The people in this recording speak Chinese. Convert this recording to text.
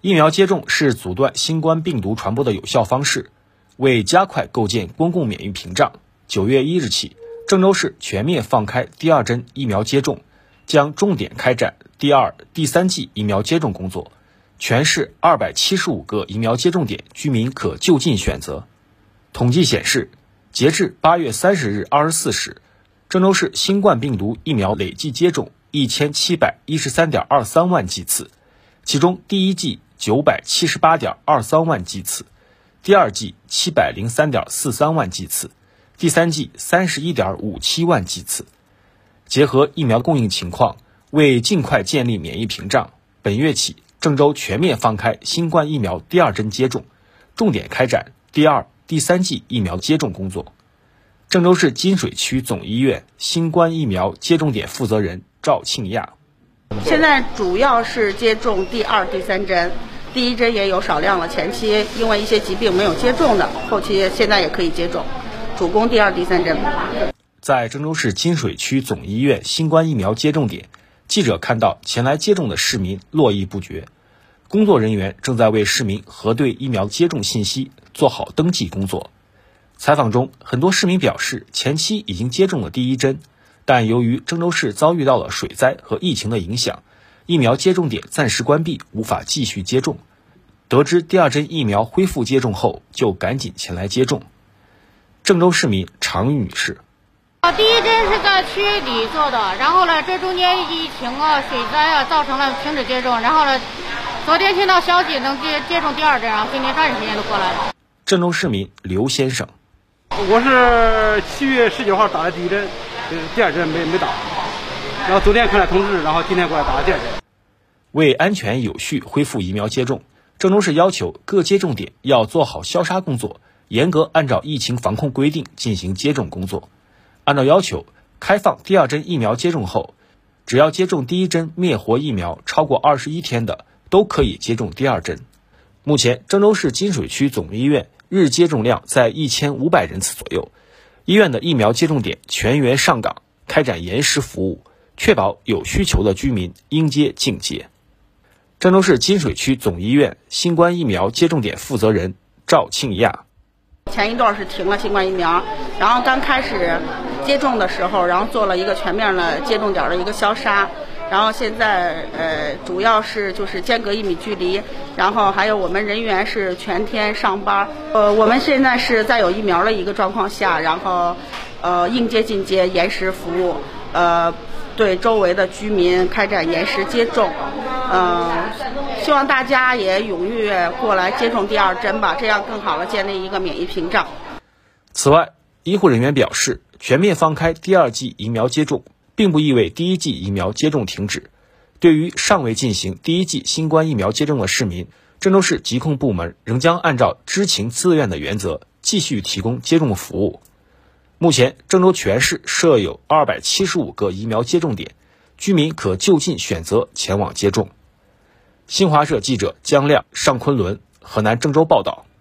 疫苗接种是阻断新冠病毒传播的有效方式。为加快构建公共免疫屏障，9月1日起，郑州市全面放开第二针疫苗接种，将重点开展第二、第三剂疫苗接种工作。全市275个疫苗接种点，居民可就近选择。统计显示，截至8月30日24时，郑州市新冠病毒疫苗累计接种1713.23万剂次，其中第一剂978.23万剂次，第二剂703.43万剂次，第三剂31.57万剂次。结合疫苗供应情况，为尽快建立免疫屏障，本月起，郑州全面放开新冠疫苗第二针接种，重点开展第二、第三剂疫苗接种工作。郑州市金水区总医院新冠疫苗接种点负责人赵庆亚： 现在主要是接种第二、第三针。第一针也有少量了，前期因为一些疾病没有接种的，后期现在也可以接种，主攻第二、第三针。 在郑州市金水区总医院新冠疫苗接种点，记者看到前来接种的市民络绎不绝，工作人员正在为市民核对疫苗接种信息，做好登记工作。采访中，很多市民表示前期已经接种了第一针，但由于郑州市遭遇到了水灾和疫情的影响，疫苗接种点暂时关闭，无法继续接种。得知第二针疫苗恢复接种后，就赶紧前来接种。郑州市民常玉女士： 第一针是在7月底做的，然后呢，这中间疫情水灾造成了停止接种，然后呢，昨天听到消息能接种第二针，然后今天抓紧时间就过来了。 郑州市民刘先生： 我是7月19号打的第一针，第二针没打。然后昨天看了通知，然后今天过来打了第二针。 为安全有序恢复疫苗接种，郑州市要求各接种点要做好消杀工作，严格按照疫情防控规定进行接种工作。按照要求，开放第二针疫苗接种后，只要接种第一针灭活疫苗超过21天的，都可以接种第二针。目前，郑州市金水区总医院日接种量在1500人次左右，医院的疫苗接种点全员上岗，开展延时服务，确保有需求的居民应接尽接。郑州市金水区总医院新冠疫苗接种点负责人赵庆亚： 前一段是停了新冠疫苗，然后刚开始接种的时候，然后做了一个全面的接种点的一个消杀，然后现在主要是就是间隔1米距离，然后还有我们人员是全天上班。我们现在是在有疫苗的一个状况下，然后应接尽接，延时服务，对周围的居民开展延时接种。希望大家也踊跃过来接种第二针吧，这样更好的建立一个免疫屏障。 此外，医护人员表示，全面放开第二剂疫苗接种，并不意味第一剂疫苗接种停止。对于尚未进行第一剂新冠疫苗接种的市民，郑州市疾控部门仍将按照知情自愿的原则，继续提供接种服务。目前，郑州全市设有275个疫苗接种点，居民可就近选择前往接种。新华社记者姜亮、尚昆仑，河南郑州报道。